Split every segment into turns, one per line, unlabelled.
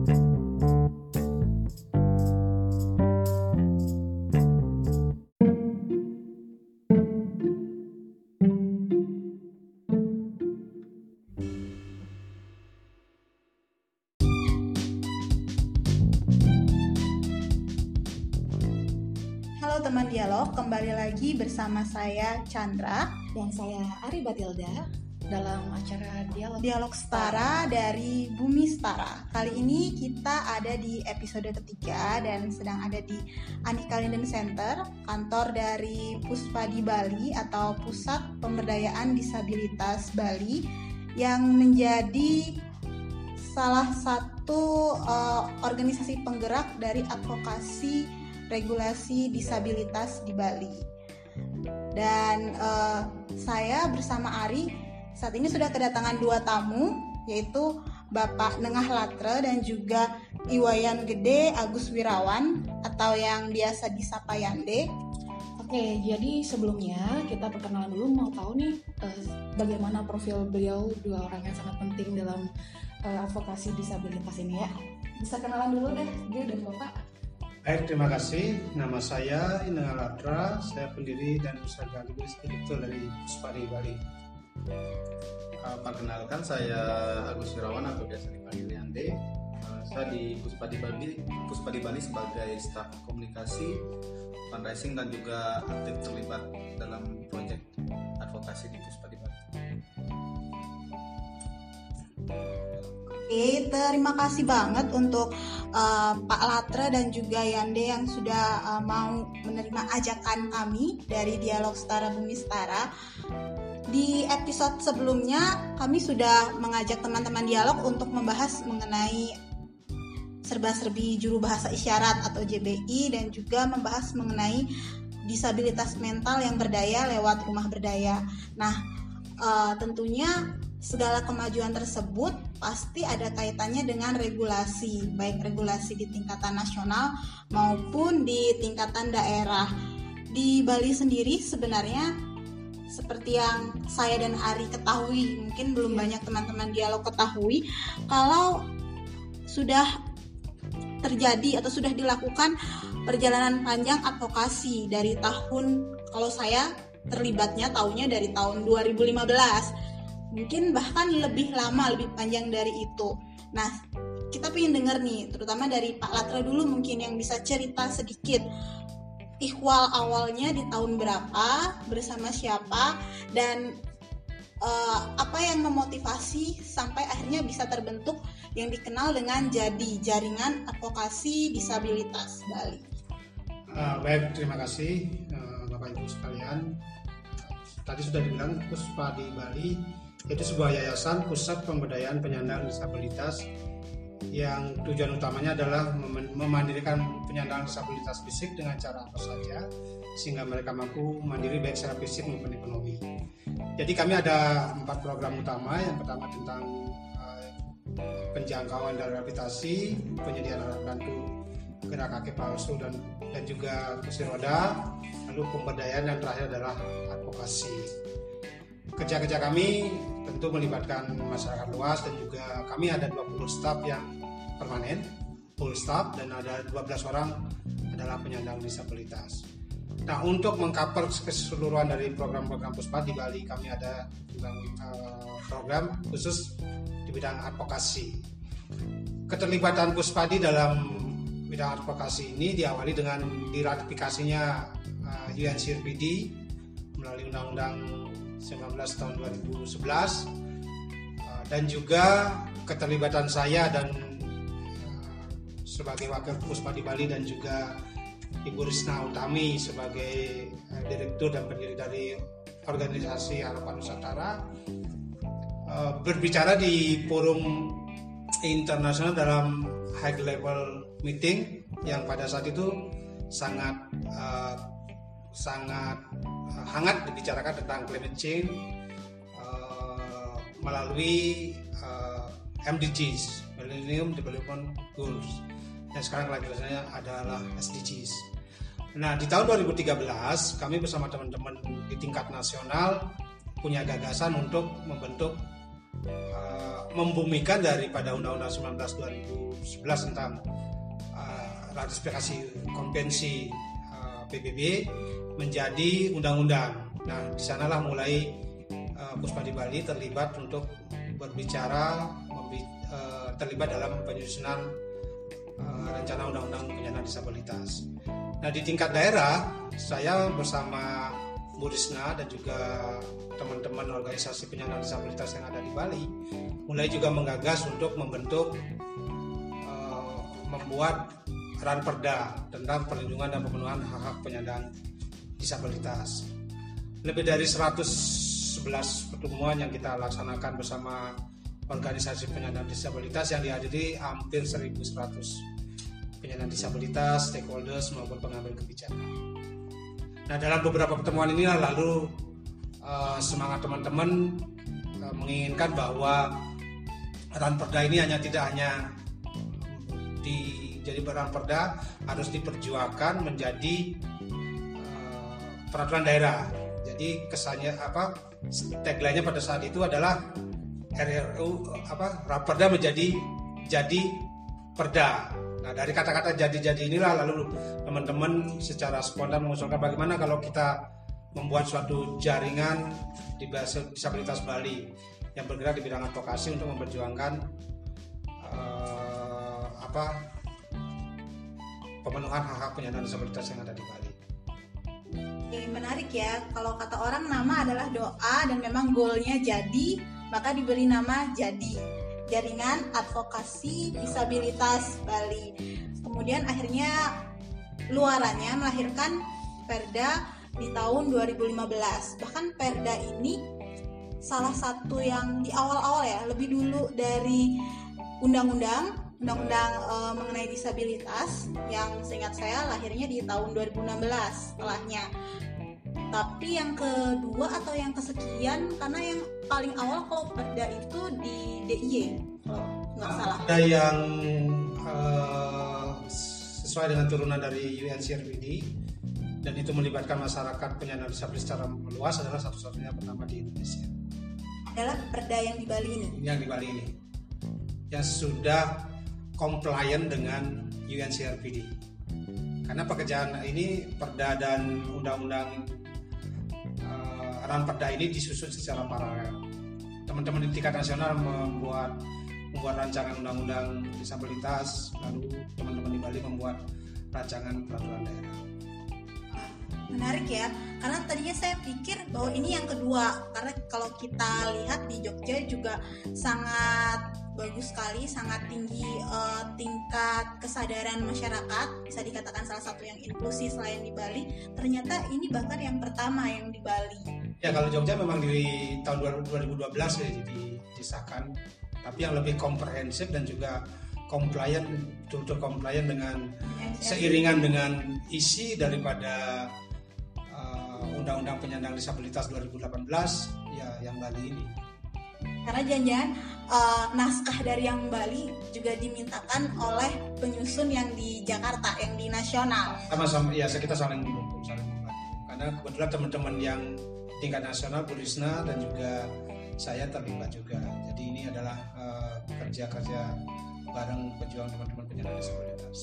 Halo teman dialog, kembali lagi bersama saya Chandra
dan saya Ari Batilda dalam acara
Dialog Setara dari Bumi Setara. Kali ini kita ada di episode ketiga dan sedang ada di Andika Linden Center, kantor dari Puspadi Bali atau Pusat Pemberdayaan Disabilitas Bali yang menjadi salah satu organisasi penggerak dari advokasi regulasi disabilitas di Bali. Dan saya bersama Ari saat ini sudah kedatangan dua tamu, yaitu Bapak Nengah Latre dan juga Iwayan Gede Agus Wirawan atau yang biasa disapa Yande.
Oke, jadi sebelumnya kita perkenalan dulu, mau tahu nih bagaimana profil beliau, dua orang yang sangat penting dalam advokasi disabilitas ini ya. Bisa kenalan dulu deh, Gede dan Bapak.
Baik, terima kasih. Nama saya Nengah Latre, saya pendiri dan sekaligus direktur dari Puspadi Bali.
Perkenalkan, saya Agus Wirawan atau biasa dipanggil Yande. Saya di Puspadi Bali sebagai staf komunikasi, fundraising dan juga aktif terlibat dalam proyek advokasi di Puspadi Bali.
Oke, terima kasih banget untuk Pak Latre dan juga Yande yang sudah mau menerima ajakan kami dari Dialog Setara Bumi Setara. Di episode sebelumnya kami sudah mengajak teman-teman dialog untuk membahas mengenai serba-serbi juru bahasa isyarat atau JBI dan juga membahas mengenai disabilitas mental yang berdaya lewat rumah berdaya. Nah, tentunya segala kemajuan tersebut pasti ada kaitannya dengan regulasi, baik regulasi di tingkatan nasional maupun di tingkatan daerah. Di Bali sendiri sebenarnya seperti yang saya dan Ari ketahui, mungkin belum banyak teman-teman dialog ketahui, kalau sudah terjadi atau sudah dilakukan perjalanan panjang advokasi dari tahun, kalau saya terlibatnya tahunnya dari tahun 2015, mungkin bahkan lebih lama, lebih panjang dari itu. Nah, kita pengen dengar nih, terutama dari Pak Latre dulu mungkin yang bisa cerita sedikit ihwal awalnya di tahun berapa, bersama siapa, dan apa yang memotivasi sampai akhirnya bisa terbentuk yang dikenal dengan jadi Jaringan Advokasi Disabilitas Bali.
Baik, terima kasih Bapak Ibu sekalian. Tadi sudah dibilang Puspadi Bali itu sebuah yayasan pusat pemberdayaan penyandang disabilitas yang tujuan utamanya adalah memandirikan penyandang disabilitas fisik dengan cara apa saja sehingga mereka mampu mandiri baik secara fisik maupun ekonomi. Jadi kami ada 4 program utama. Yang pertama tentang penjangkauan dan rehabilitasi, penyediaan alat bantu gerak kaki palsu dan juga kursi roda, lalu pemberdayaan, dan terakhir adalah advokasi. Kerja-kerja kami tentu melibatkan masyarakat luas dan juga kami ada 20 staf yang permanen, full staff, dan ada 12 orang adalah penyandang disabilitas. Nah, untuk mengcover keseluruhan dari program-program Puspadi di Bali, kami ada program khusus di bidang advokasi. Keterlibatan Puspadi dalam bidang advokasi ini diawali dengan diratifikasinya UNCRPD melalui Undang-Undang 19 tahun 2011 dan juga keterlibatan saya dan sebagai wakil Puspadi Bali dan juga Ibu Risna Utami sebagai direktur dan pendiri dari organisasi Harapan Nusantara berbicara di forum internasional dalam high level meeting yang pada saat itu sangat hangat dibicarakan tentang climate change melalui MDGs, Millennium Development Goals, yang sekarang lagi adalah SDGs. Nah, di tahun 2013 kami bersama teman-teman di tingkat nasional punya gagasan untuk membentuk membumikan daripada Undang-Undang 19 2011 tentang ratifikasi konvensi PBB menjadi undang-undang. Nah, di sanalah mulai Puspadi Bali terlibat untuk berbicara, terlibat dalam penyusunan rencana undang-undang penyandang disabilitas. Nah, di tingkat daerah, saya bersama Bu Risna dan juga teman-teman organisasi penyandang disabilitas yang ada di Bali mulai juga menggagas untuk membentuk membuat ranperda tentang perlindungan dan pemenuhan hak-hak penyandang disabilitas. Lebih dari 111 pertemuan yang kita laksanakan bersama organisasi penyandang disabilitas yang dihadiri hampir 1.100 penyandang disabilitas, stakeholders maupun pengambil kebijakan. Nah, dalam beberapa pertemuan inilah lalu semangat teman-teman menginginkan bahwa ranperda ini tidak hanya jadi ranperda, harus diperjuangkan menjadi peraturan daerah. Jadi kesannya tagline-nya pada saat itu adalah RRU ranperda jadi perda. Nah, dari kata-kata jadi inilah lalu teman-teman secara spontan mengusulkan bagaimana kalau kita membuat suatu jaringan disabilitas Bali yang bergerak di bidang advokasi untuk memperjuangkan pemenuhan hak-hak penyandang disabilitas yang ada di Bali.
Menarik ya, kalau kata orang nama adalah doa dan memang goalnya jadi, maka diberi nama jadi Jaringan Advokasi Disabilitas Bali. Kemudian akhirnya luarannya melahirkan Perda di tahun 2015. Bahkan Perda ini salah satu yang di awal-awal ya, lebih dulu dari undang-undang mengenai disabilitas yang seingat saya lahirnya di tahun 2016 setelahnya. Tapi yang kedua atau yang kesekian, karena yang paling awal kalau Perda itu di DIY kalau nggak salah.
Ada yang sesuai dengan turunan dari UNCRPD dan itu melibatkan masyarakat penyandang disabilitas secara luas adalah satu-satunya pertama di Indonesia.
Adalah Perda yang di Bali ini.
Yang di Bali ini, yang sudah compliant dengan UNCRPD. Karena pekerjaan ini Perda dan undang-undang ranperda ini disusun secara paralel. Teman-teman di tingkat nasional membuat rancangan undang-undang disabilitas, lalu teman-teman di Bali membuat rancangan peraturan daerah.
Menarik ya, karena tadinya saya pikir bahwa ini yang kedua, karena kalau kita lihat di Jogja juga sangat bagus sekali, sangat tinggi tingkat kesadaran masyarakat, bisa dikatakan salah satu yang inklusif selain di Bali. Ternyata ini bahkan yang pertama yang di Bali.
Ya, kalau Jogja memang di tahun 2012 disahkan, tapi yang lebih komprehensif dan juga compliant, betul-betul compliant dengan seiringan dengan isi daripada Undang-Undang Penyandang Disabilitas 2018 ya yang Bali ini.
Karena jangan-jangan naskah dari yang Bali juga dimintakan oleh penyusun yang di Jakarta, yang di nasional.
Sama-sama, ya kita saling membantu. Karena kebetulan teman-teman yang tingkat nasional, Bu Risna dan juga saya terlibat juga. Jadi ini adalah kerja-kerja bareng pejuang teman-teman penyandang disabilitas.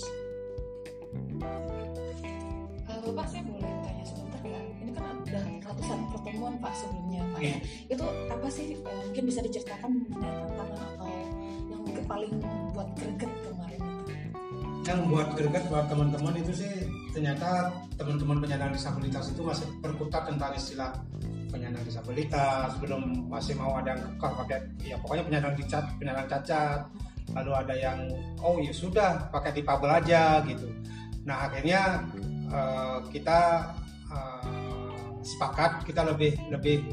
Bapak, saya boleh tanya sebentar nggak? Ini kan udah ratusan pertemuan Pak sebelumnya Pak.
Yeah.
Itu apa sih mungkin bisa diceritakan mengenai tantangan atau yang mungkin paling buat greget kemarin itu?
Yang buat greget buat teman-teman itu sih ternyata teman-teman penyandang disabilitas itu masih berkutat tentang istilah penyandang disabilitas, belum masih mau ada yang kekeh pakai ya pokoknya penyandang cacat, lalu ada yang ya sudah pakai difabel aja gitu. Nah akhirnya kita sepakat kita lebih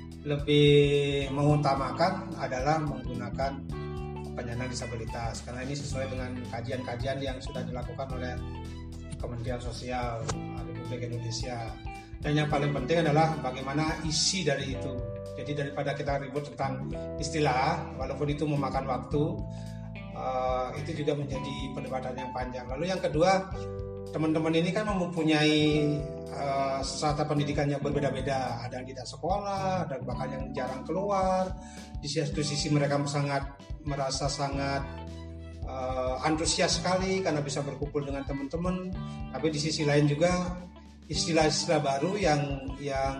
mengutamakan adalah menggunakan penyandang disabilitas karena ini sesuai dengan kajian-kajian yang sudah dilakukan oleh Kementerian Sosial Republik Indonesia. Dan yang paling penting adalah bagaimana isi dari itu. Jadi daripada kita ribut tentang istilah, walaupun itu memakan waktu, itu juga menjadi perdebatan yang panjang. Lalu yang kedua, teman-teman ini kan mempunyai strata pendidikan yang berbeda-beda. Ada yang tidak sekolah, ada bahkan yang jarang keluar. Di satu sisi mereka merasa sangat antusias sekali karena bisa berkumpul dengan teman-teman. Tapi di sisi lain juga istilah-istilah baru yang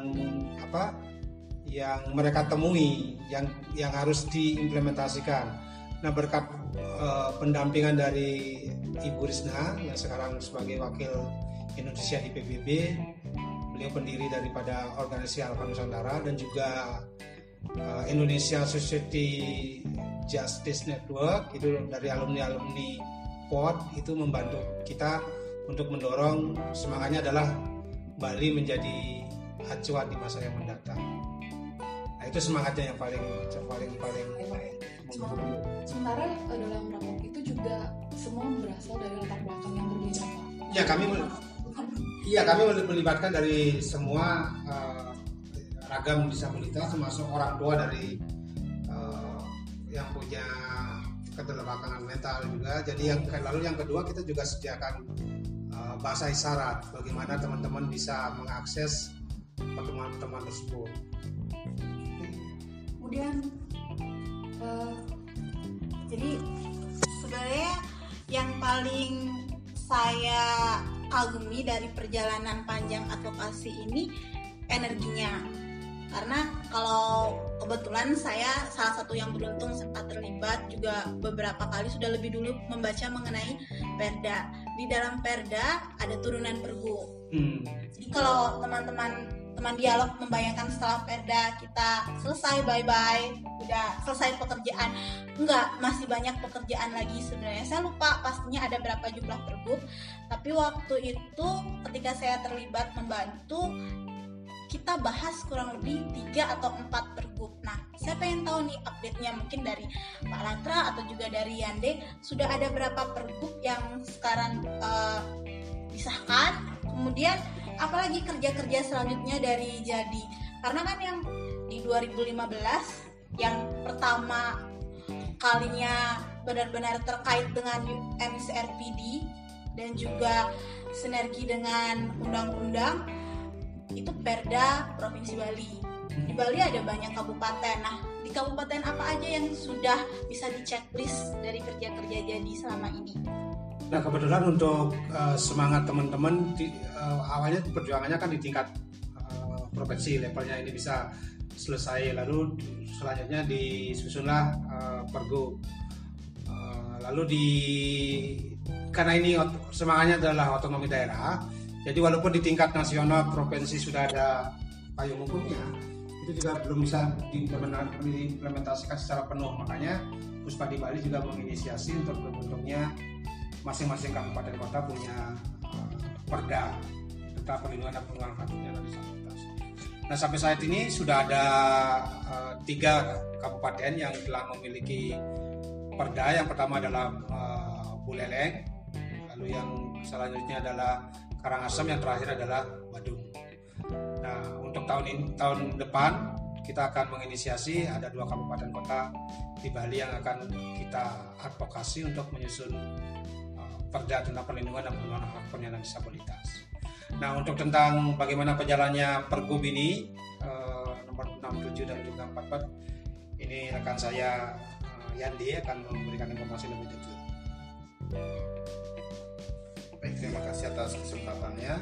mereka temui yang harus diimplementasikan. Nah, berkat pendampingan dari Ibu Risna yang sekarang sebagai wakil Indonesia di PBB, beliau pendiri daripada organisasi Alfa Nusantara dan juga Indonesia Society Justice Network, itu dari alumni POD, itu membantu kita untuk mendorong, semangatnya adalah Bali menjadi acuan di masa yang mendatang. Nah, itu semangatnya yang paling
Sementara dalam rapat itu juga semua berasal dari latar belakang yang berbeda, Pak.
Kami melibatkan dari semua ragam disabilitas, termasuk orang tua dari yang punya keterbelakangan mental juga. Jadi yang kedua, kita juga sediakan bahasa isyarat, bagaimana teman-teman bisa mengakses pertemuan-pertemuan tersebut.
Kemudian jadi sebenarnya yang paling saya kagumi dari perjalanan panjang advokasi ini energinya, karena kalau kebetulan saya salah satu yang beruntung sempat terlibat juga beberapa kali, sudah lebih dulu membaca mengenai Perda. Di dalam Perda ada turunan pergub. Jadi kalau teman-teman dialog membayangkan setelah Perda kita selesai, bye-bye, udah selesai pekerjaan, enggak, masih banyak pekerjaan lagi sebenarnya. Saya lupa pastinya ada berapa jumlah pergub, tapi waktu itu ketika saya terlibat membantu, kita bahas kurang lebih 3 atau 4 pergub. Nah, saya pengen tahu nih update-nya mungkin dari Pak Latra atau juga dari Yande, sudah ada berapa pergub yang sekarang disahkan, kemudian apalagi kerja-kerja selanjutnya dari jadi, karena kan yang di 2015 yang pertama kalinya benar-benar terkait dengan MCRPD dan juga sinergi dengan undang-undang itu Perda Provinsi Bali. Di Bali ada banyak kabupaten. Nah, di kabupaten apa aja yang sudah bisa di checklist dari kerja-kerja jadi selama ini?
Nah, kebetulan untuk semangat teman-teman awalnya perjuangannya kan di tingkat provinsi, levelnya ini bisa selesai, lalu selanjutnya disusunlah pergub. Lalu karena ini semangatnya adalah otonomi daerah, jadi walaupun di tingkat nasional provinsi sudah ada payung hukumnya, itu juga belum bisa diimplementasikan secara penuh. Makanya Puspadi Bali juga menginisiasi untuk terbentuknya masing-masing kabupaten kota punya perda tentang perlindungan dan pengembangan hak penyandang disabilitas. Nah, sampai saat ini sudah ada 3 kabupaten yang telah memiliki perda. Yang pertama adalah Buleleng, lalu yang selanjutnya adalah Karangasem, yang terakhir adalah Badung. Nah, untuk tahun depan kita akan menginisiasi ada 2 kabupaten kota di Bali yang akan kita advokasi untuk menyusun Perda tentang perlindungan dan pengembangan hak penyandang disabilitas. Nah, untuk tentang bagaimana penjalannya pergub ini nomor 67 dan juga 44, ini rekan saya Yandi akan memberikan informasi lebih detail.
Baik, terima kasih atas kesempatannya.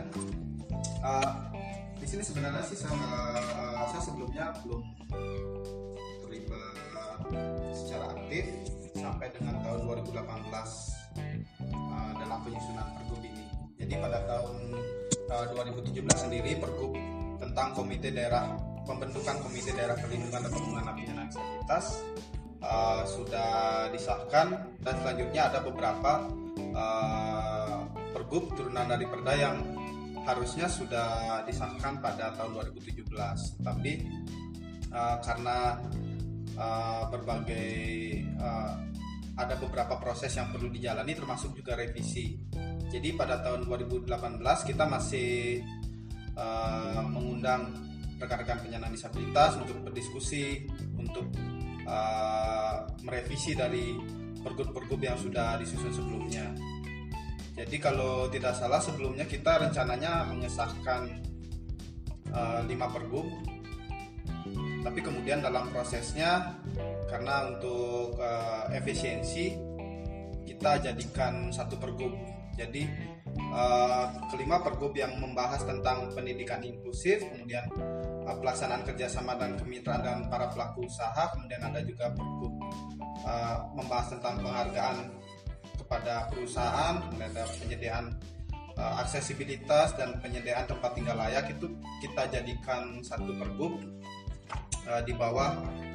Di sini sebenarnya sih saya sebelumnya belum terlibat secara aktif sampai dengan tahun 2018 dalam penyusunan pergub ini. Jadi pada tahun 2017 sendiri pergub tentang pembentukan komite daerah perlindungan dan pengembangan penyandang disabilitas sudah disahkan, dan selanjutnya ada beberapa pergub turunan dari perda yang harusnya sudah disahkan pada tahun 2017, tapi karena berbagai ada beberapa proses yang perlu dijalani, termasuk juga revisi. Jadi pada tahun 2018 kita masih mengundang rekan-rekan penyandang disabilitas untuk berdiskusi, untuk merevisi dari pergub-pergub yang sudah disusun sebelumnya. Jadi kalau tidak salah sebelumnya kita rencananya mengesahkan 5 pergub, tapi kemudian dalam prosesnya karena untuk efisiensi kita jadikan 1 pergub. Jadi kelima pergub yang membahas tentang pendidikan inklusif, kemudian pelaksanaan kerjasama dan kemitraan dengan para pelaku usaha, kemudian ada juga pergub membahas tentang penghargaan kepada perusahaan, kemudian ada penyediaan aksesibilitas dan penyediaan tempat tinggal layak. Itu kita jadikan 1 pergub di bawah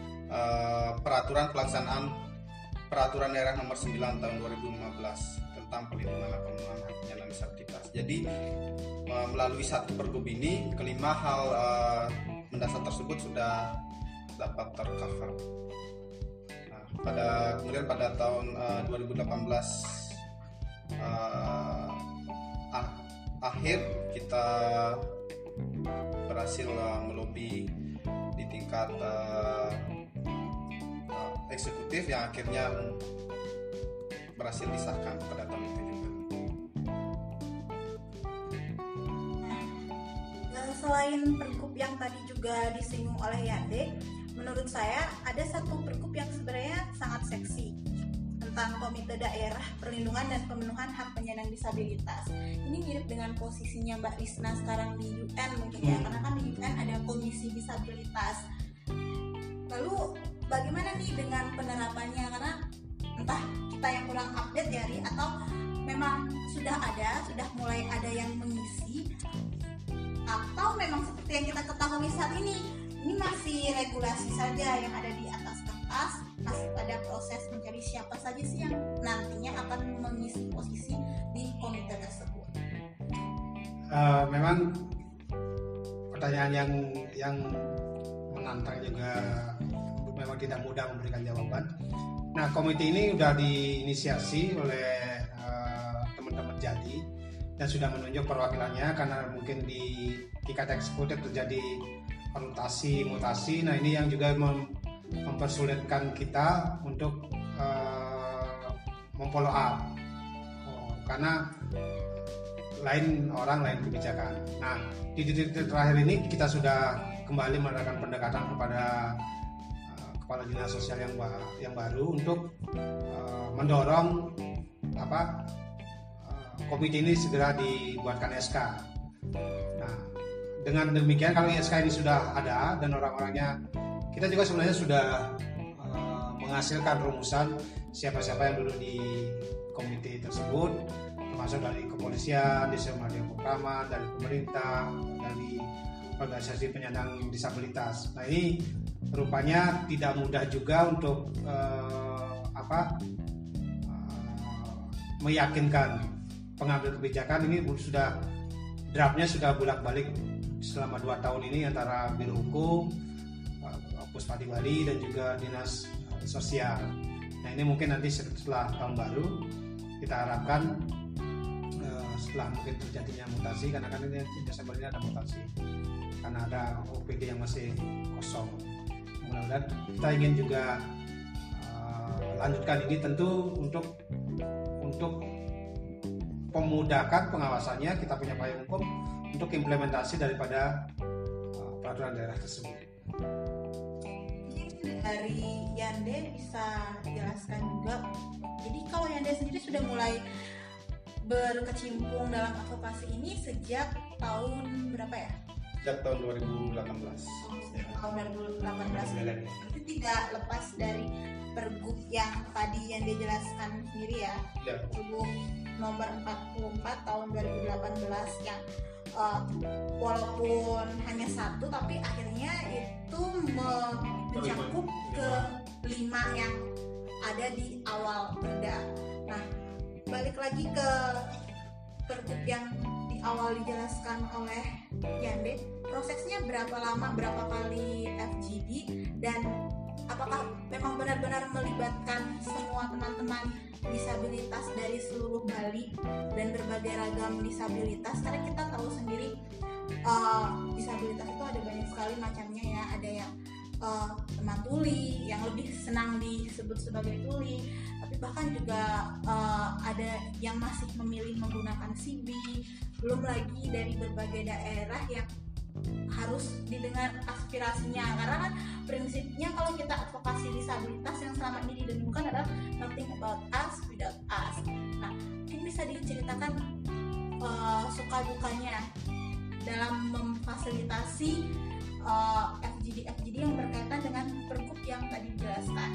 peraturan daerah nomor 9 tahun 2015 tentang perlindungan dan pemenuhan hak penyandang disabilitas. Jadi melalui 1 pergub ini kelima hal mendasar tersebut sudah dapat tercover. Kemudian pada tahun 2018 akhir kita berhasil melobi di tingkat eksekutif yang akhirnya berhasil disahkan pada tahun itu juga.
Selain pergub yang tadi juga disinggung oleh Yande, menurut saya ada 1 pergub yang sebenarnya sangat seksi tentang Komite Daerah Perlindungan dan Pemenuhan Hak Penyandang Disabilitas. Ini mirip dengan posisinya Mbak Risna sekarang di UN mungkin ya, karena kan di UN ada Komisi Disabilitas. Lalu bagaimana nih dengan penerapannya, karena entah kita yang kurang update ya Ri, atau memang sudah mulai ada yang mengisi, atau memang seperti yang kita ketahui saat ini masih regulasi saja yang ada di atas kertas, masih pada proses mencari siapa saja sih yang nantinya akan mengisi posisi di komite tersebut.
Memang pertanyaan yang menantang juga, memang tidak mudah memberikan jawaban. Nah, komite ini sudah diinisiasi oleh teman-teman Jadi dan sudah menunjuk perwakilannya, karena mungkin di tingkat eksekutif terjadi rotasi mutasi. Nah, ini yang juga mempersulitkan kita untuk memfollow up, karena lain orang lain kebijakan. Nah, di titik terakhir ini kita sudah kembali melakukan pendekatan kepada kepala dinas sosial yang baru untuk mendorong komite ini segera dibuatkan SK. Nah, dengan demikian kalau SK ini sudah ada dan orang-orangnya, kita juga sebenarnya sudah menghasilkan rumusan siapa-siapa yang dulu di komite tersebut, termasuk dari kepolisian, Desa Marga Pokraman, dari pemerintah, dari organisasi penyandang disabilitas. Nah, ini rupanya tidak mudah juga untuk meyakinkan pengambil kebijakan. Ini sudah draftnya sudah bolak-balik selama 2 tahun ini antara Biro Hukum, Puspadi Bali dan juga Dinas Sosial. Nah, ini mungkin nanti setelah tahun baru kita harapkan setelah mungkin terjadinya mutasi, karena kan ini Desember ini ada mutasi karena ada OPD yang masih kosong. Mudah-mudahan kita ingin juga lanjutkan ini tentu untuk memudahkan pengawasannya. Kita punya payung hukum untuk implementasi daripada peraturan daerah tersebut.
Dari Yande bisa jelaskan juga. Jadi kalau Yande sendiri sudah mulai berkecimpung dalam advokasi ini sejak tahun berapa ya?
Sejak tahun 2018.
Tahun 2018. Berarti tidak lepas dari pergub yang tadi yang dijelaskan sendiri ya. Pergub nomor 44 tahun 2018 yang walaupun hanya 1 tapi akhirnya itu mencakup ke 5 yang ada di awal perda. Nah, balik lagi ke pergub yang di awal dijelaskan oleh Yande, prosesnya berapa lama, berapa kali FGD, dan apakah memang benar-benar melibatkan semua teman-teman disabilitas dari seluruh Bali dan berbagai ragam disabilitas, karena kita tahu sendiri disabilitas itu ada banyak sekali macamnya ya. Ada yang teman tuli yang lebih senang disebut sebagai tuli, tapi bahkan juga ada yang masih memilih menggunakan CB, belum lagi dari berbagai daerah yang harus didengar aspirasinya, karena kan prinsipnya kalau kita advokasi disabilitas yang selama ini didengungkan adalah nothing about us without us. Nah, mungkin bisa diceritakan suka dukanya dalam memfasilitasi FGD yang berkaitan dengan pergub yang tadi dijelaskan.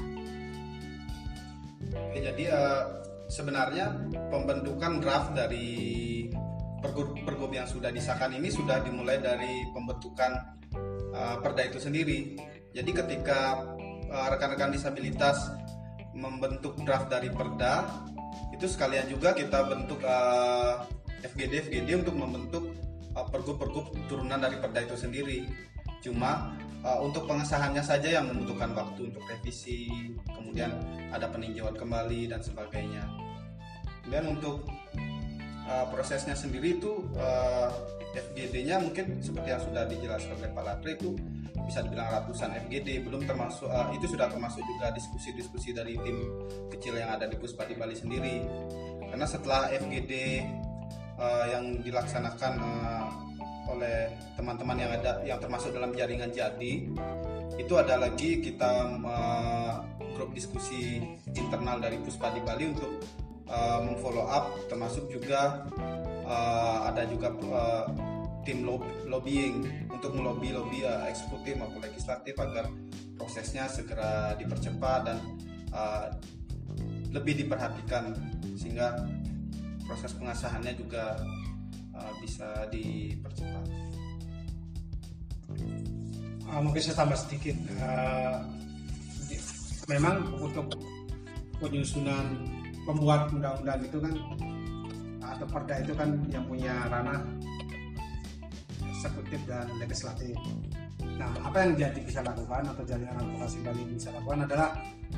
Oke, jadi sebenarnya pembentukan draft dari pergub yang sudah disahkan ini sudah dimulai dari pembentukan perda itu sendiri. Jadi ketika rekan-rekan disabilitas membentuk draft dari perda, itu sekalian juga kita bentuk FGD untuk membentuk pergub-pergub turunan dari perda itu sendiri. Cuma untuk pengesahannya saja yang membutuhkan waktu untuk revisi, kemudian ada peninjauan kembali dan sebagainya. Kemudian untuk prosesnya sendiri itu FGD-nya mungkin seperti yang sudah dijelaskan oleh Pak Latre itu bisa dibilang ratusan FGD, belum termasuk itu sudah termasuk juga diskusi-diskusi dari tim kecil yang ada di Puspadi Bali sendiri. Karena setelah FGD yang dilaksanakan oleh teman-teman yang termasuk dalam jaringan Jadi, itu ada lagi kita grup diskusi internal dari Puspadi Bali untuk memfollow up, termasuk juga ada juga tim lobbying untuk melobi eksekutif maupun legislatif agar prosesnya segera dipercepat dan lebih diperhatikan sehingga proses pengesahannya juga bisa dipercepat.
Mungkin saya tambah sedikit. Memang untuk penyusunan pembuat undang-undang itu kan atau perda itu kan yang punya ranah eksekutif dan legislatif. Nah, apa yang Jadi bisa lakukan atau jaringan advokasi Bali bisa lakukan adalah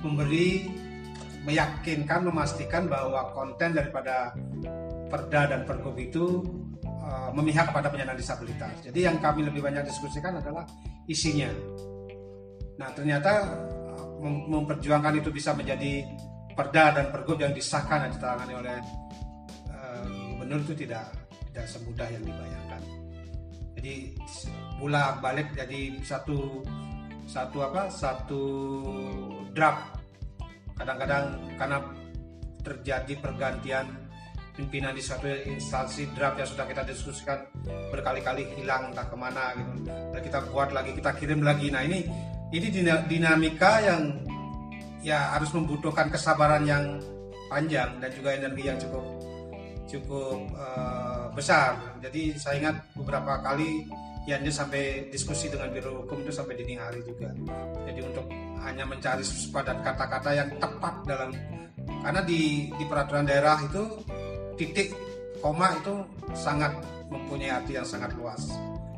meyakinkan, memastikan bahwa konten daripada perda dan pergub itu memihak kepada penyandang disabilitas. Jadi yang kami lebih banyak diskusikan adalah isinya. Nah, ternyata memperjuangkan itu bisa menjadi perda dan pergub yang disahkan dan ditangani oleh gubernur itu tidak semudah yang dibayangkan. Jadi bolak-balik jadi satu draft. Kadang-kadang karena terjadi pergantian pimpinan di suatu instansi, draft yang sudah kita diskusikan berkali-kali hilang entah kemana gitu. Dan kita buat lagi, kita kirim lagi. Nah ini dinamika yang ya harus membutuhkan kesabaran yang panjang dan juga energi yang cukup besar. Jadi saya ingat beberapa kali Yandi sampai diskusi dengan Biro Hukum itu sampai dini hari juga. Jadi untuk hanya mencari padat kata-kata yang tepat dalam, karena di peraturan daerah itu titik koma itu sangat mempunyai arti yang sangat luas.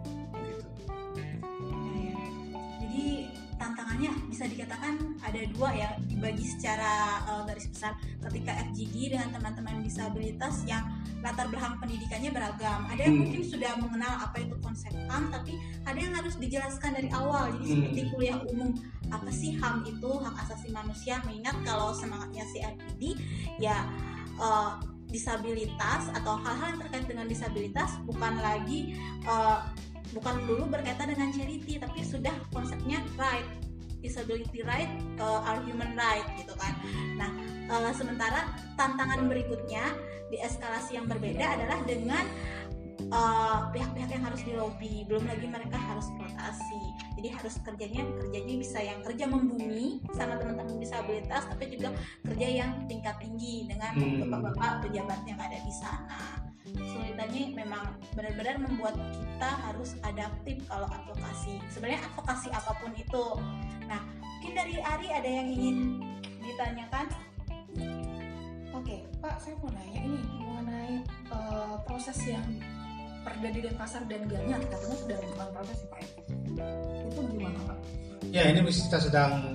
Jadi tantangannya bisa dikatakan ada dua ya, dibagi secara garis besar. Ketika FGD dengan teman-teman disabilitas yang latar belakang pendidikannya beragam, ada yang mungkin sudah mengenal apa itu konsep HAM, tapi ada yang harus dijelaskan dari awal. Jadi seperti kuliah umum, apa sih HAM itu, hak asasi manusia, mengingat kalau semangatnya si FGD ya disabilitas atau hal-hal yang terkait dengan disabilitas bukan dulu berkaitan dengan charity, tapi sudah konsepnya right, disability right are human right gitu kan. Nah sementara tantangan berikutnya di eskalasi yang berbeda adalah dengan pihak-pihak yang harus dilobi, belum lagi mereka harus rotasi. Jadi harus kerjanya bisa yang kerja membumi sama teman-teman disabilitas, tapi juga kerja yang tingkat tinggi dengan bapak-bapak pejabat yang ada di sana. Kesulitannya memang benar-benar membuat kita harus adaptif kalau advokasi. Sebenarnya advokasi apapun itu. Nah, mungkin dari Ari ada yang ingin ditanyakan?
Oke, Pak, saya mau nanya ini mengenai proses yang Perda di Denpasar dan Gianyar, katanya sudah melakukan proses ya Pak. Itu gimana Pak?
Ya, ini kita sedang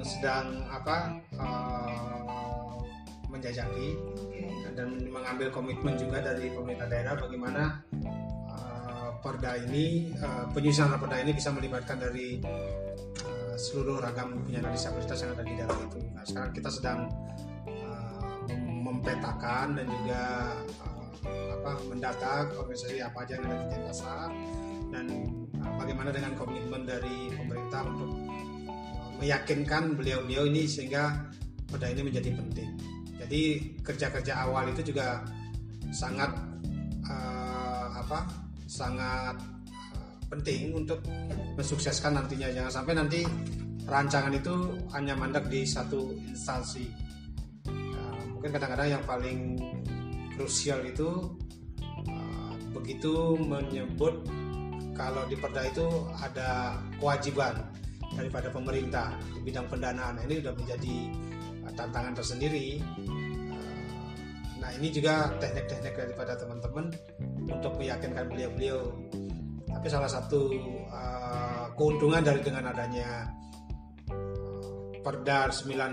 menjajaki dan mengambil komitmen juga dari pemerintah daerah bagaimana penyusunan perda ini bisa melibatkan dari seluruh ragam penyandang disabilitas yang ada di dalam itu. Nah, sekarang kita sedang mempetakan dan juga mendata organisasi apa aja yang ada di Denpasar, dan bagaimana dengan komitmen dari pemerintah untuk meyakinkan beliau-beliau ini sehingga perda ini menjadi penting. Jadi kerja-kerja awal itu juga sangat penting untuk mensukseskan nantinya. Jangan sampai nanti rancangan itu hanya mandek di satu instansi. Mungkin kadang-kadang yang paling krusial itu begitu menyebut kalau di perda itu ada kewajiban daripada pemerintah di bidang pendanaan. Nah, ini sudah menjadi tantangan tersendiri. Nah, ini juga teknik-teknik daripada teman-teman untuk meyakinkan beliau-beliau. Tapi salah satu keuntungan dengan adanya Perda 9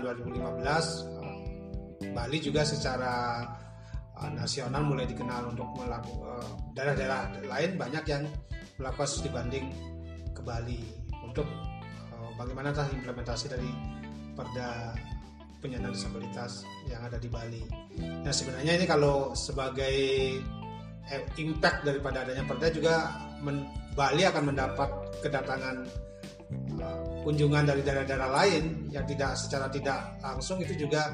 2015, Bali juga secara nasional mulai dikenal untuk melakukan, daerah-daerah lain banyak yang melakukan studi banding ke Bali untuk bagaimana implementasi dari Perda penyandang disabilitas yang ada di Bali. Nah, sebenarnya ini kalau sebagai impact daripada adanya Perda juga Bali akan mendapat kedatangan kunjungan dari daerah-daerah lain yang secara tidak langsung, itu juga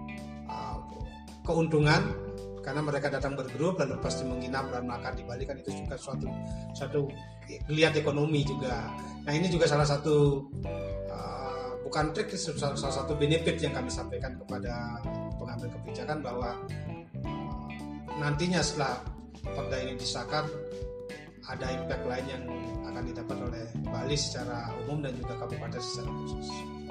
keuntungan karena mereka datang bergrup lalu pasti menginap dan makan di Bali, kan itu juga suatu geliat ekonomi juga. Nah, ini juga salah satu bukan trik, salah satu benefit yang kami sampaikan kepada pengambil kebijakan bahwa nantinya setelah Perda ini disahkan ada impact lain yang akan didapat oleh Bali secara umum dan juga kabupaten secara khusus.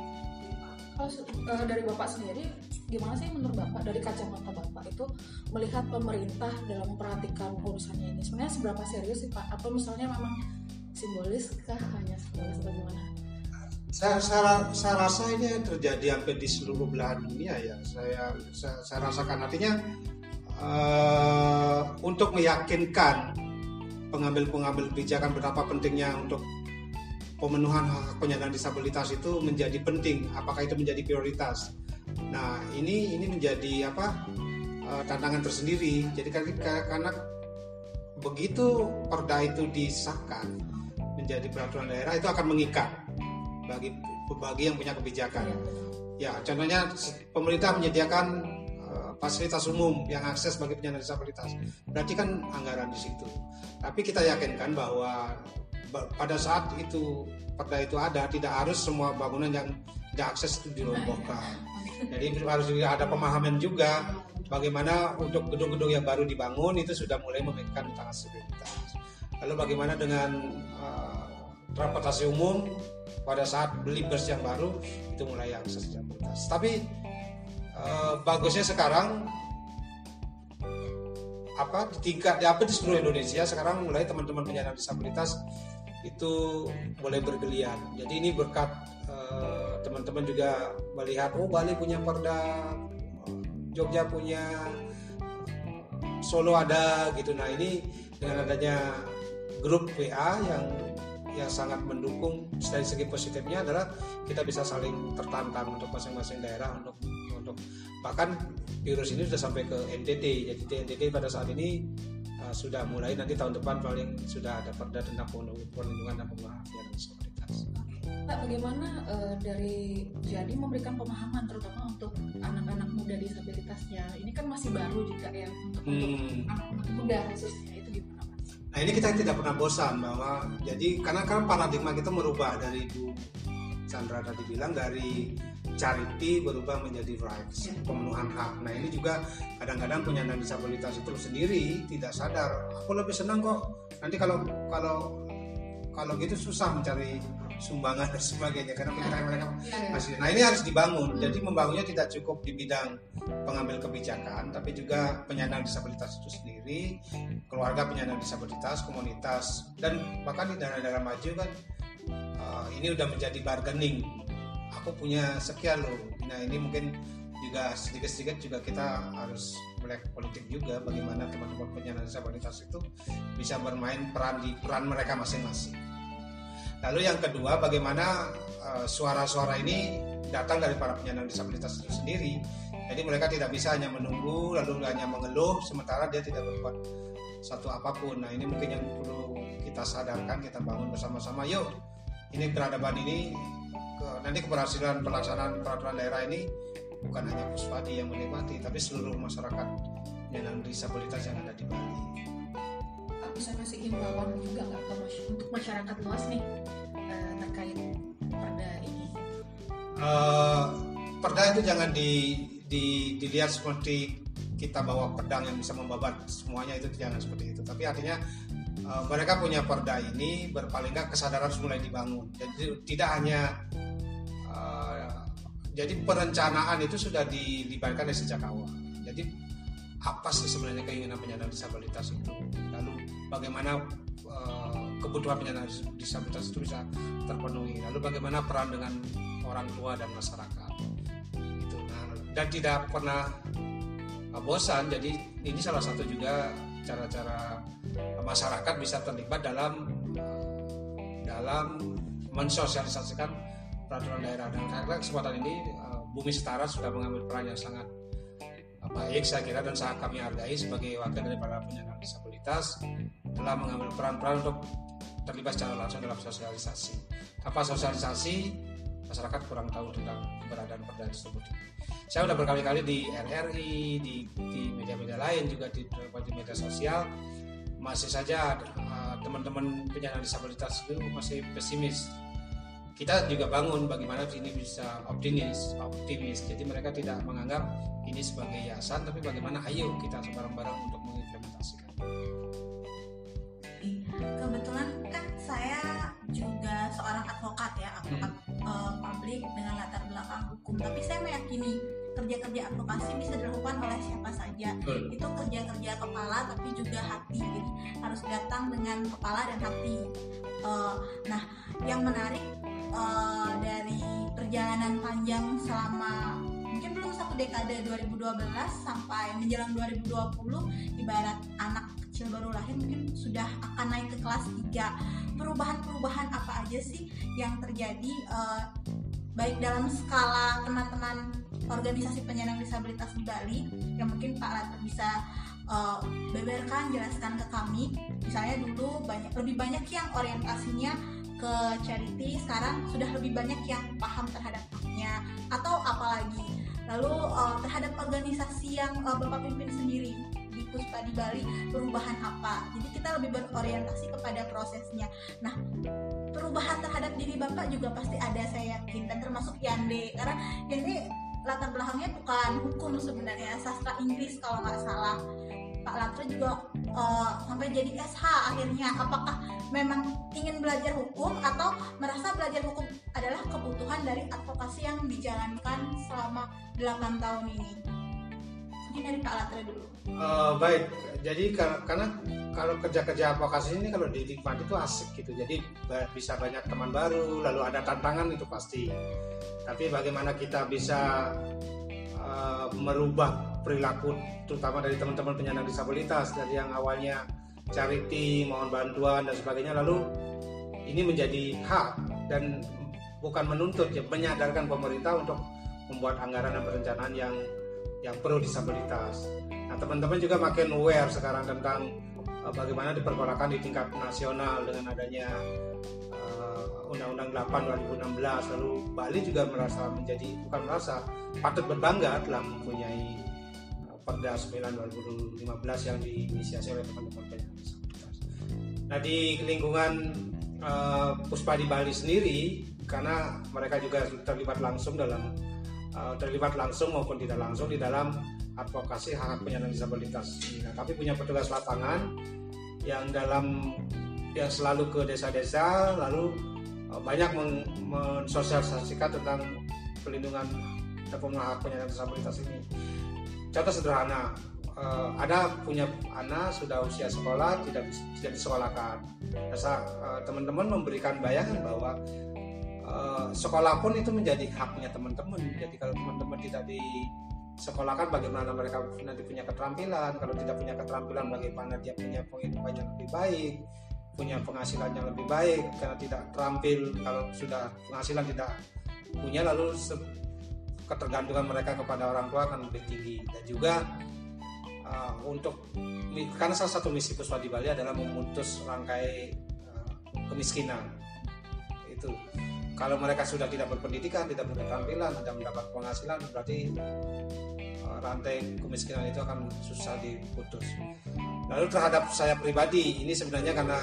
Kalau dari Bapak sendiri, gimana sih menurut Bapak dari kacamata Bapak itu melihat pemerintah dalam memperhatikan urusannya ini? Sebenarnya seberapa serius sih Pak? Atau misalnya memang simbolis kah, hanya simbolis atau gimana?
Saya rasa ini terjadi hampir di seluruh belahan dunia ya. Saya rasakan, artinya untuk meyakinkan pengambil kebijakan betapa pentingnya untuk pemenuhan hak penyandang disabilitas itu menjadi penting, apakah itu menjadi prioritas. Nah, ini menjadi tantangan tersendiri. Jadi karena begitu Perda itu disahkan menjadi peraturan daerah, itu akan mengikat bagi yang punya kebijakan. Ya, contohnya pemerintah menyediakan fasilitas umum yang akses bagi penyandang disabilitas, berarti kan anggaran di situ. Tapi kita yakinkan bahwa pada saat itu Perda itu ada, tidak harus semua bangunan yang tidak akses itu dirobohkan. Jadi harus juga ada pemahaman juga bagaimana untuk gedung-gedung yang baru dibangun itu sudah mulai memiliki aksesibilitas. Lalu bagaimana dengan transportasi umum pada saat beli bus yang baru itu mulai aksesibilitas. Tapi bagusnya sekarang di seluruh Indonesia sekarang mulai teman-teman penyandang disabilitas itu mulai bergeliat. Jadi ini berkat teman-teman juga melihat Bali punya Perda, Jogja punya, Solo ada gitu. Nah, ini dengan adanya grup WA yang sangat mendukung, dari segi positifnya adalah kita bisa saling tertantang untuk masing-masing daerah untuk bahkan virus ini sudah sampai ke NTT. Jadi di NTT pada saat ini sudah mulai, nanti tahun depan paling sudah ada Perda tentang perlindungan dan pemenuhan disabilitas.
Pak, bagaimana dari jadi memberikan pemahaman terutama untuk anak-anak muda disabilitasnya? Ini kan masih baru juga ya untuk anak-anak muda khususnya, itu gimana Pak?
Nah, ini kita tidak pernah bosan bahwa karena paradigma kita merubah dari Bu Chandra tadi bilang, dari charity berubah menjadi rights, pemenuhan hak. Nah, ini juga kadang-kadang penyandang disabilitas itu sendiri tidak sadar. Aku lebih senang kok nanti kalau gitu susah mencari sumbangan dan sebagainya karena mereka masih. Nah, ini harus dibangun. Jadi membangunnya tidak cukup di bidang pengambil kebijakan, tapi juga penyandang disabilitas itu sendiri, keluarga penyandang disabilitas, komunitas, dan bahkan di daerah-daerah maju kan ini udah menjadi bargaining. Aku punya sekian loh. Nah, ini mungkin juga sedikit-sedikit juga kita harus melek politik juga, bagaimana teman-teman penyandang disabilitas itu bisa bermain peran mereka masing-masing. Lalu yang kedua, bagaimana suara-suara ini datang dari para penyandang disabilitas itu sendiri. Jadi mereka tidak bisa hanya menunggu lalu hanya mengeluh sementara dia tidak berbuat satu apapun. Nah, ini mungkin yang perlu kita sadarkan, kita bangun bersama-sama. Yuk, ini peradaban ini nanti keberhasilan pelaksanaan peraturan daerah ini bukan hanya Puspadi yang menikmati, tapi seluruh masyarakat penyandang disabilitas yang ada di Bali.
Bisa kasih himbauan juga nggak untuk masyarakat luas nih terkait perda ini?
Perda itu jangan dilihat seperti kita bawa pedang yang bisa membabat semuanya, itu jangan seperti itu. Tapi artinya mereka punya perda ini, paling nggak kesadaran harus mulai dibangun. Jadi tidak hanya jadi perencanaan itu sudah dilibatkan dari sejak awal. Jadi apa sih sebenarnya keinginan penyandang disabilitas itu? Lalu bagaimana kebutuhan penyandang disabilitas itu bisa terpenuhi? Lalu bagaimana peran dengan orang tua dan masyarakat? Itu. Nah, dan tidak pernah bosan. Jadi ini salah satu juga cara-cara masyarakat bisa terlibat dalam mensosialisasikan peraturan daerah. Dan karena kesempatan ini Bumi Setara sudah mengambil peran yang sangat baik saya kira, dan sangat kami hargai sebagai wakil dari para penyandang disabilitas telah mengambil peran-peran untuk terlibat secara langsung dalam sosialisasi. Tanpa sosialisasi masyarakat kurang tahu tentang keberadaan perda tersebut. Saya sudah berkali-kali di RRI, di media-media lain juga di media sosial, masih saja teman-teman penyandang disabilitas itu masih pesimis. Kita juga bangun bagaimana ini bisa optimis. Jadi mereka tidak menganggap ini sebagai yayasan, tapi bagaimana ayo kita bareng-bareng untuk mengimplementasikan.
Kebetulan kan saya juga seorang advokat ya, advokat publik dengan latar belakang hukum. Tapi saya meyakini kerja-kerja advokasi bisa dilakukan oleh siapa saja. Itu kerja-kerja kepala tapi juga hati. Jadi harus datang dengan kepala dan hati. Nah, yang menarik dari perjalanan panjang selama mungkin belum satu dekade 2012 sampai menjelang 2020, ibarat anak kecil baru lahir mungkin sudah akan naik ke kelas 3. Perubahan-perubahan apa aja sih yang terjadi baik dalam skala teman-teman organisasi penyandang disabilitas di Bali yang mungkin Pak Later bisa beberkan, jelaskan ke kami. Misalnya dulu lebih banyak yang orientasinya ke charity, sekarang sudah lebih banyak yang paham terhadap haknya atau apalagi. Lalu terhadap organisasi yang Bapak pimpin sendiri di Puspadi Bali, perubahan apa? Jadi kita lebih berorientasi kepada prosesnya. Nah, perubahan terhadap diri Bapak juga pasti ada, saya yakin, dan termasuk Yande, karena Yande latar belakangnya bukan hukum sebenarnya, sastra Inggris kalau nggak salah. Pak Latre juga sampai jadi SH akhirnya. Apakah memang ingin belajar hukum atau merasa belajar hukum adalah kebutuhan dari advokasi yang dijalankan selama 8 tahun ini? Mungkin dari Pak Latre dulu.
Baik, jadi karena kalau kerja-kerja advokasi ini kalau dinikmati itu asik gitu. Jadi bisa banyak teman baru, lalu ada tantangan itu pasti. Tapi bagaimana kita bisa merubah perilaku terutama dari teman-teman penyandang disabilitas dari yang awalnya charity, mohon bantuan dan sebagainya, lalu ini menjadi hak dan bukan menuntut, ya, menyadarkan pemerintah untuk membuat anggaran dan perencanaan yang pro disabilitas. Nah, teman-teman juga makin aware sekarang tentang bagaimana diperkarakan di tingkat nasional dengan adanya Undang-Undang 8 2016. Lalu Bali juga patut berbangga telah mempunyai Perda 9 2015 yang diinisiasi oleh teman-teman penyandang disabilitas. Nah, di lingkungan Puspadi Bali sendiri, karena mereka juga terlibat langsung maupun tidak langsung di dalam advokasi hak penyandang disabilitas. Nah, kami punya petugas lapangan yang selalu ke desa-desa, lalu banyak mensosialisasikan tentang pelindungan dan pemenuhan hak penyandang disabilitas ini. Contoh sederhana, ada punya anak sudah usia sekolah tidak disekolahkan. Teman-teman memberikan bayangan bahwa sekolah pun itu menjadi haknya teman-teman. Jadi kalau teman-teman tidak disekolahkan, bagaimana mereka nanti punya keterampilan? Kalau tidak punya keterampilan, bagaimana dia punya penghidupan yang lebih baik? punya penghasilan yang lebih baik karena tidak terampil. Kalau sudah penghasilan tidak punya, lalu ketergantungan mereka kepada orang tua akan lebih tinggi. Dan juga karena salah satu misi Puspa di Bali adalah memutus rantai kemiskinan. Itu kalau mereka sudah tidak berpendidikan, tidak berketerampilan, tidak mendapat penghasilan, berarti rantai kemiskinan itu akan susah diputus. Lalu terhadap saya pribadi, ini sebenarnya karena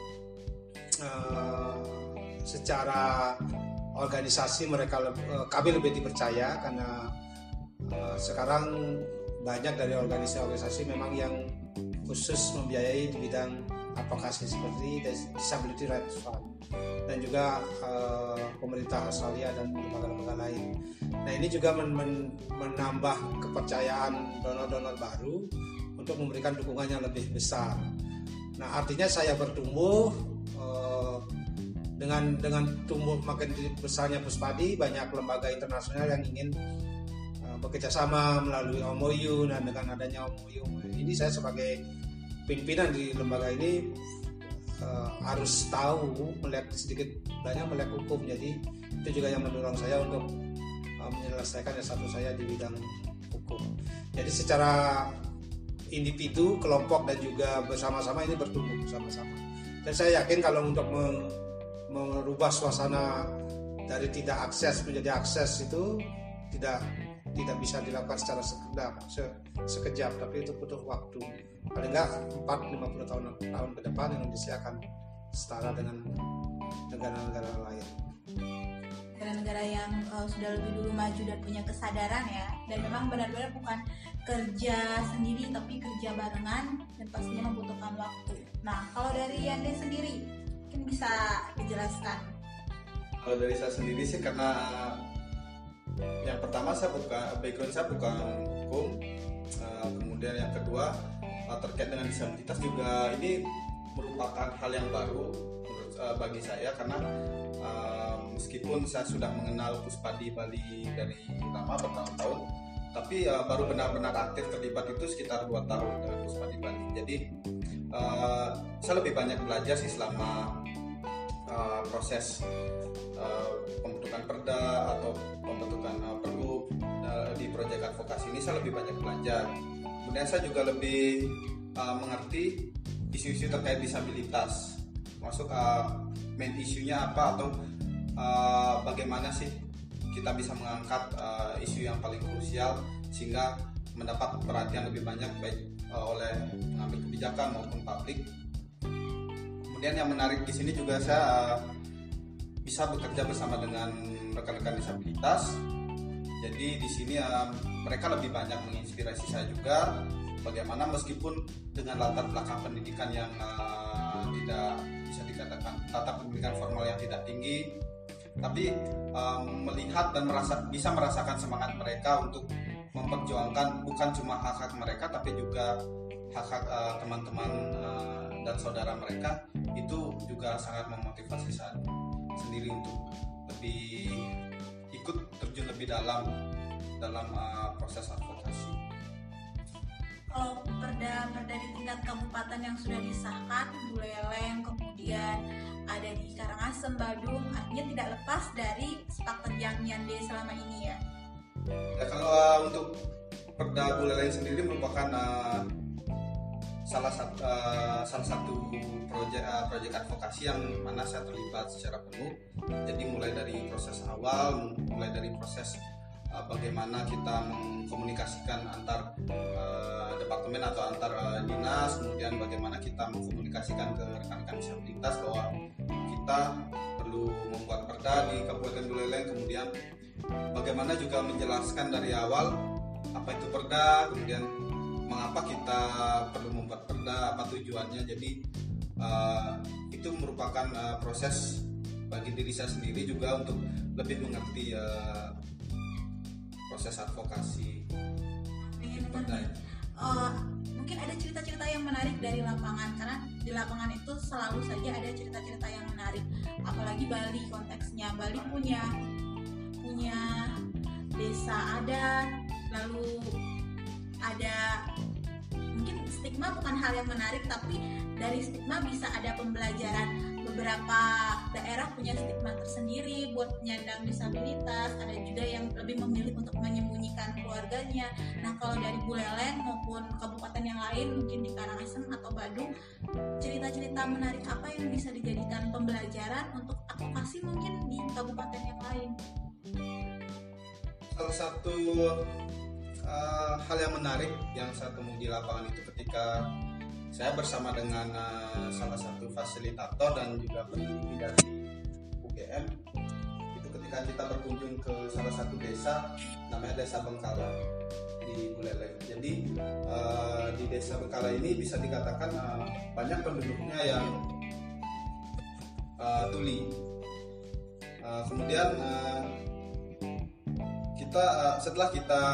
secara organisasi kami lebih dipercaya, karena sekarang banyak dari organisasi memang yang khusus membiayai di bidang advokasi seperti Disability Rights Fund dan juga pemerintah Australia dan lembaga-lembaga lain. Nah, ini juga menambah kepercayaan donor-donor baru untuk memberikan dukungan yang lebih besar. Nah, artinya saya bertumbuh dengan tumbuh makin besarnya Puspadi, banyak lembaga internasional yang ingin bekerja sama melalui MOU. Dan dengan adanya MOU ini, saya sebagai pimpinan di lembaga ini harus tahu, melihat sedikit banyak melihat hukum. Jadi itu juga yang mendorong saya untuk menyelesaikan S1 saya di bidang hukum. Jadi secara individu, kelompok dan juga bersama-sama ini bertumbuh bersama-sama. Dan saya yakin kalau untuk merubah suasana dari tidak akses menjadi akses itu tidak bisa dilakukan secara sekejap, tapi itu butuh waktu. Paling enggak 40-50 tahun ke depan Indonesia akan setara dengan negara-negara lain.
Negara-negara yang sudah lebih dulu maju dan punya kesadaran ya, dan memang benar-benar bukan kerja sendiri tapi kerja barengan dan pastinya membutuhkan waktu. Nah, kalau dari Yande sendiri mungkin bisa dijelaskan.
Kalau dari saya sendiri sih, karena yang pertama background saya bukan hukum, kemudian yang kedua terkait dengan disabilitas juga ini merupakan hal yang baru bagi saya, karena meskipun saya sudah mengenal Puspadi Bali dari lama bertahun-tahun, tapi baru benar-benar aktif terlibat itu sekitar 2 tahun dengan Puspadi Bali. Jadi saya lebih banyak belajar sih selama proses pembentukan perda atau pembentukan pergub di proyek advokasi ini. Saya lebih banyak belajar. Kemudian saya juga lebih mengerti isu-isu terkait disabilitas, masuk main isunya apa, atau bagaimana sih kita bisa mengangkat isu yang paling krusial sehingga mendapat perhatian lebih banyak baik oleh pengambil kebijakan maupun publik. Kemudian yang menarik di sini juga saya bisa bekerja bersama dengan rekan-rekan disabilitas. Jadi di sini mereka lebih banyak menginspirasi saya juga, bagaimana meskipun dengan latar belakang pendidikan yang tidak bisa dikatakan tata pendidikan formal yang tidak tinggi, tapi melihat dan bisa merasakan semangat mereka untuk memperjuangkan bukan cuma hak-hak mereka tapi juga hak-hak teman-teman dan saudara mereka. Itu juga sangat memotivasi saya sendiri untuk lebih ikut terjun lebih dalam proses advokasi.
Kalau perda di tingkat kabupaten yang sudah disahkan, Buleleng, kemudian ada di Karangasem, Badung, artinya tidak lepas dari sepak terjang Yande selama ini ya.
Ya, kalau untuk perda Buleleng sendiri merupakan salah satu proyek advokasi yang mana saya terlibat secara penuh. Jadi mulai dari proses awal, mulai dari proses bagaimana kita mengkomunikasikan antar departemen atau antar dinas, kemudian bagaimana kita mengkomunikasikan ke rekan-rekan disabilitas bahwa kita perlu membuat perda di Kabupaten Buleleng, kemudian bagaimana juga menjelaskan dari awal apa itu perda, kemudian mengapa kita perlu membuat perda, apa tujuannya. Jadi itu merupakan proses bagi diri saya sendiri juga untuk lebih mengerti proses advokasi.
Mungkin ada cerita-cerita yang menarik dari lapangan, karena di lapangan itu selalu saja ada cerita-cerita yang menarik, apalagi Bali konteksnya. Bali punya desa adat, lalu ada mungkin stigma bukan hal yang menarik, tapi dari stigma bisa ada pembelajaran. Beberapa daerah punya stigma tersendiri buat penyandang disabilitas, ada juga yang lebih memilih untuk menyembunyikan keluarganya. Nah, kalau dari Buleleng maupun kabupaten yang lain, mungkin di Karangasem atau Badung, cerita-cerita menarik apa yang bisa dijadikan pembelajaran untuk advokasi mungkin di kabupaten yang lain?
Salah satu hal yang menarik yang saya temui di lapangan itu ketika saya bersama dengan salah satu fasilitator dan juga peneliti dari UGM, itu ketika kita berkunjung ke salah satu desa namanya Desa Bengkala di Buleleng. Jadi di Desa Bengkala ini bisa dikatakan banyak penduduknya yang tuli. Kemudian setelah kita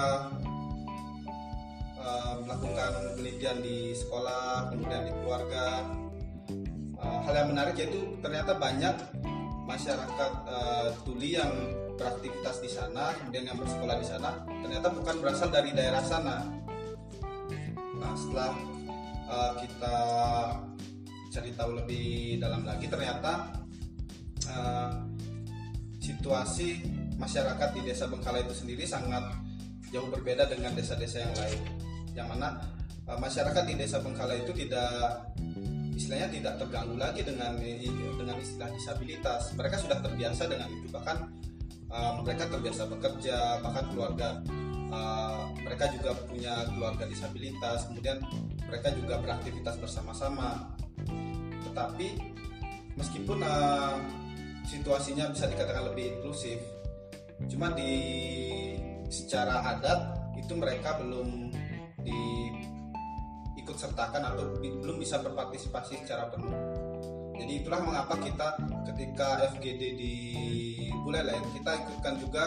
melakukan penelitian di sekolah, kemudian di keluarga, hal yang menarik yaitu ternyata banyak masyarakat tuli yang beraktivitas di sana, kemudian yang bersekolah di sana, ternyata bukan berasal dari daerah sana. Nah, setelah kita cari tahu lebih dalam lagi, ternyata situasi masyarakat di Desa Bengkala itu sendiri sangat jauh berbeda dengan desa-desa yang lain, yang mana masyarakat di Desa Bengkala itu istilahnya tidak terganggu lagi dengan istilah disabilitas. Mereka sudah terbiasa dengan itu, bahkan mereka terbiasa bekerja, bahkan keluarga mereka juga punya keluarga disabilitas, kemudian mereka juga beraktivitas bersama-sama. Tetapi meskipun situasinya bisa dikatakan lebih inklusif, cuma secara adat itu mereka belum diikut sertakan atau belum bisa berpartisipasi secara penuh. Jadi itulah mengapa kita ketika FGD di Buleleng kita ikutkan juga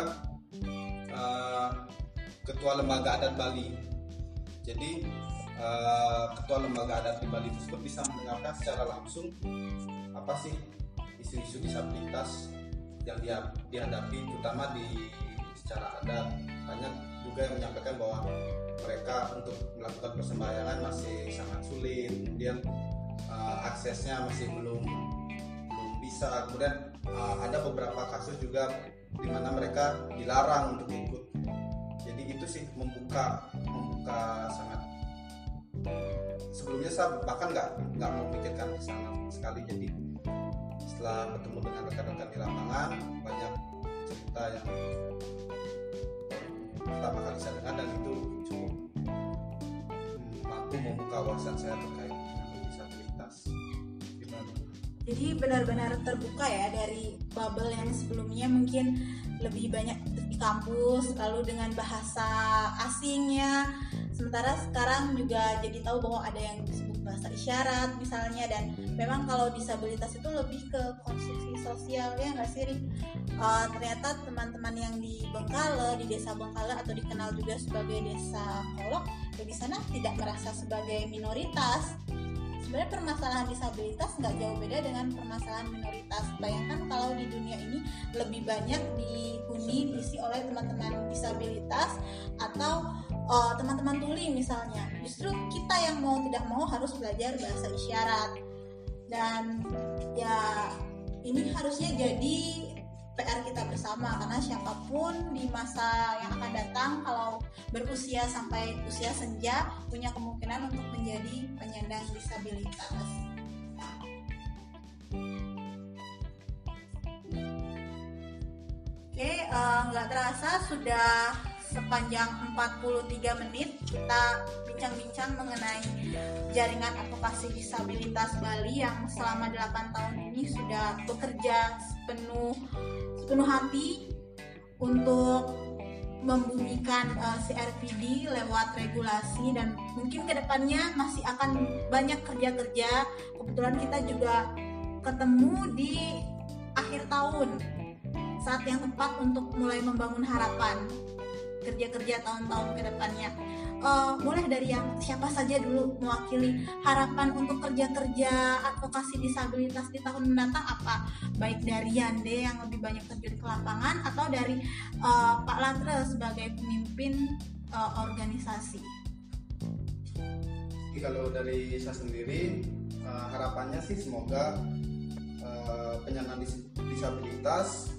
Ketua Lembaga Adat Bali. Jadi Ketua Lembaga Adat di Bali tersebut bisa mendengarkan secara langsung apa sih isu-isu disabilitas yang dihadapi, terutama secara adat. Banyak juga yang menyampaikan bahwa mereka untuk melakukan persembahyangan masih sangat sulit, kemudian aksesnya masih belum bisa. Kemudian ada beberapa kasus juga di mana mereka dilarang untuk ikut. Jadi itu sih membuka sangat. Sebelumnya saya bahkan nggak memikirkan ke sana sekali. Jadi setelah bertemu dengan rekan-rekan di lapangan, banyak cerita yang pertama kali saya dengar, dan itu cukup mampu membuka wawasan saya terkait dengan disabilitas. Gimana?
Jadi benar-benar terbuka ya, dari bubble yang sebelumnya mungkin lebih banyak di kampus, lalu dengan bahasa asingnya, sementara sekarang juga jadi tahu bahwa ada yang disebut bahasa isyarat misalnya. Dan memang kalau disabilitas itu lebih ke konstruksi sosial, ya nggak sih, Rik? Ternyata teman-teman yang di Bengkala, di Desa Bengkala atau dikenal juga sebagai Desa Kolok, ya di sana tidak merasa sebagai minoritas. Sebenarnya permasalahan disabilitas nggak jauh beda dengan permasalahan minoritas. Bayangkan kalau di dunia ini lebih banyak dihuni diisi oleh teman-teman disabilitas atau teman-teman tuli misalnya. Justru kita yang mau tidak mau harus belajar bahasa isyarat. Dan ya ini harusnya jadi PR kita bersama, karena siapapun di masa yang akan datang kalau berusia sampai usia senja punya kemungkinan untuk menjadi penyandang disabilitas. Oke, nggak terasa sudah sepanjang 43 menit kita bincang-bincang mengenai jaringan advokasi disabilitas Bali yang selama 8 tahun ini sudah bekerja sepenuh hati untuk membumikan CRPD lewat regulasi, dan mungkin kedepannya masih akan banyak kerja-kerja. Kebetulan kita juga ketemu di akhir tahun, saat yang tepat untuk mulai membangun harapan kerja-kerja tahun-tahun ke depannya. Boleh dari yang siapa saja dulu mewakili harapan untuk kerja-kerja advokasi disabilitas di tahun mendatang apa? Baik dari Yande yang lebih banyak terjun ke lapangan, atau dari Pak Latre sebagai pemimpin organisasi.
Jadi kalau dari saya sendiri harapannya sih semoga penyandang disabilitas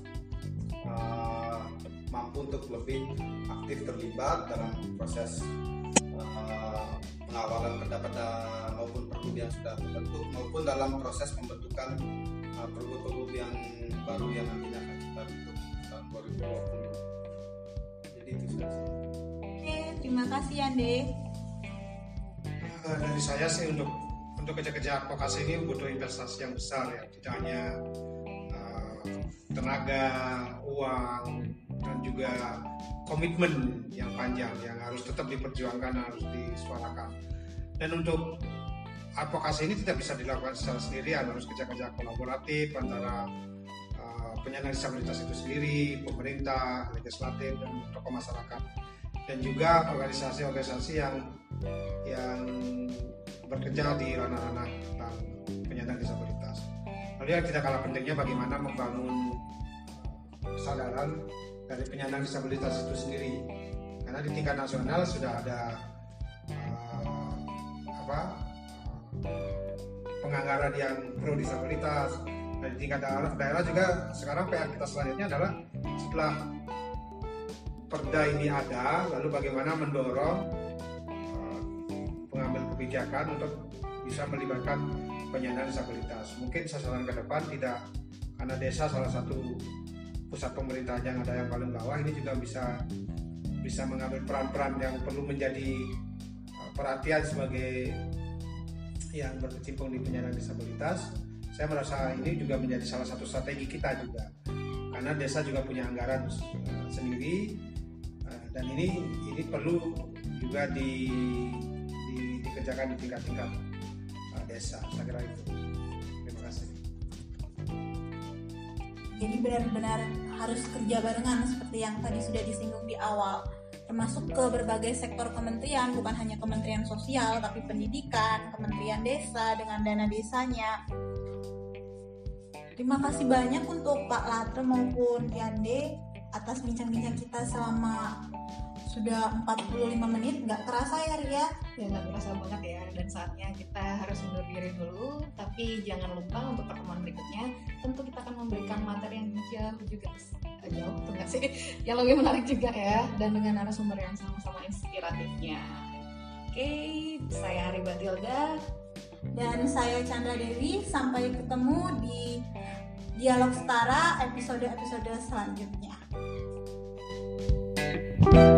mampu untuk lebih aktif terlibat dalam proses pengawalan pendapat maupun pergub yang sudah terbentuk maupun dalam proses pembentukan pergub-pergub yang baru yang nantinya akan kita bentuk tahun 2020. Jadi itu saja.
Oke, terima kasih Yande.
Dari saya sih untuk kerja-kerja advokasi ini butuh investasi yang besar ya, tidak hanya tenaga, uang, dan juga komitmen yang panjang yang harus tetap diperjuangkan, harus disuarakan. Dan untuk advokasi ini tidak bisa dilakukan secara sendirian, harus kerja-kerja kolaboratif antara penyandang disabilitas itu sendiri, pemerintah, legislatif, dan tokoh masyarakat, dan juga organisasi-organisasi yang bekerja di ranah-ranah tentang penyandang disabilitas. Lalu yang tidak kalah pentingnya bagaimana membangun kesadaran dari penyandang disabilitas itu sendiri, karena di tingkat nasional sudah ada penganggaran yang pro disabilitas, dan di tingkat daerah juga sekarang PR kita selanjutnya adalah setelah perda ini ada, lalu bagaimana mendorong pengambil kebijakan untuk bisa melibatkan penyandang disabilitas. Mungkin sasaran ke depan tidak, karena desa salah satu pusat pemerintahan yang ada yang paling bawah, ini juga bisa mengambil peran-peran yang perlu menjadi perhatian sebagai yang berkecimpung di penyandang disabilitas. Saya merasa ini juga menjadi salah satu strategi kita juga, karena desa juga punya anggaran sendiri, dan ini perlu juga dikerjakan di tingkat-tingkat desa. Saya kira itu. Terima kasih.
Jadi benar-benar harus kerja barengan seperti yang tadi sudah disinggung di awal, termasuk ke berbagai sektor kementerian, bukan hanya Kementerian Sosial, tapi pendidikan, Kementerian Desa dengan dana desanya. Terima kasih banyak untuk Pak Latre maupun Yande atas bincang-bincang kita selama sudah 45 menit. Nggak kerasa ya Ria?
Ya nggak kerasa banget ya, dan saatnya kita harus undur diri dulu. Tapi jangan lupa untuk pertemuan berikutnya tentu kita akan memberikan materi yang jauh tuh nggak sih, yang lebih menarik juga ya, dan dengan narasumber yang sama-sama inspiratifnya. Oke, saya Ari Batilda
Dan saya Chandra Dewi. Sampai ketemu di Dialog Setara episode-episode selanjutnya.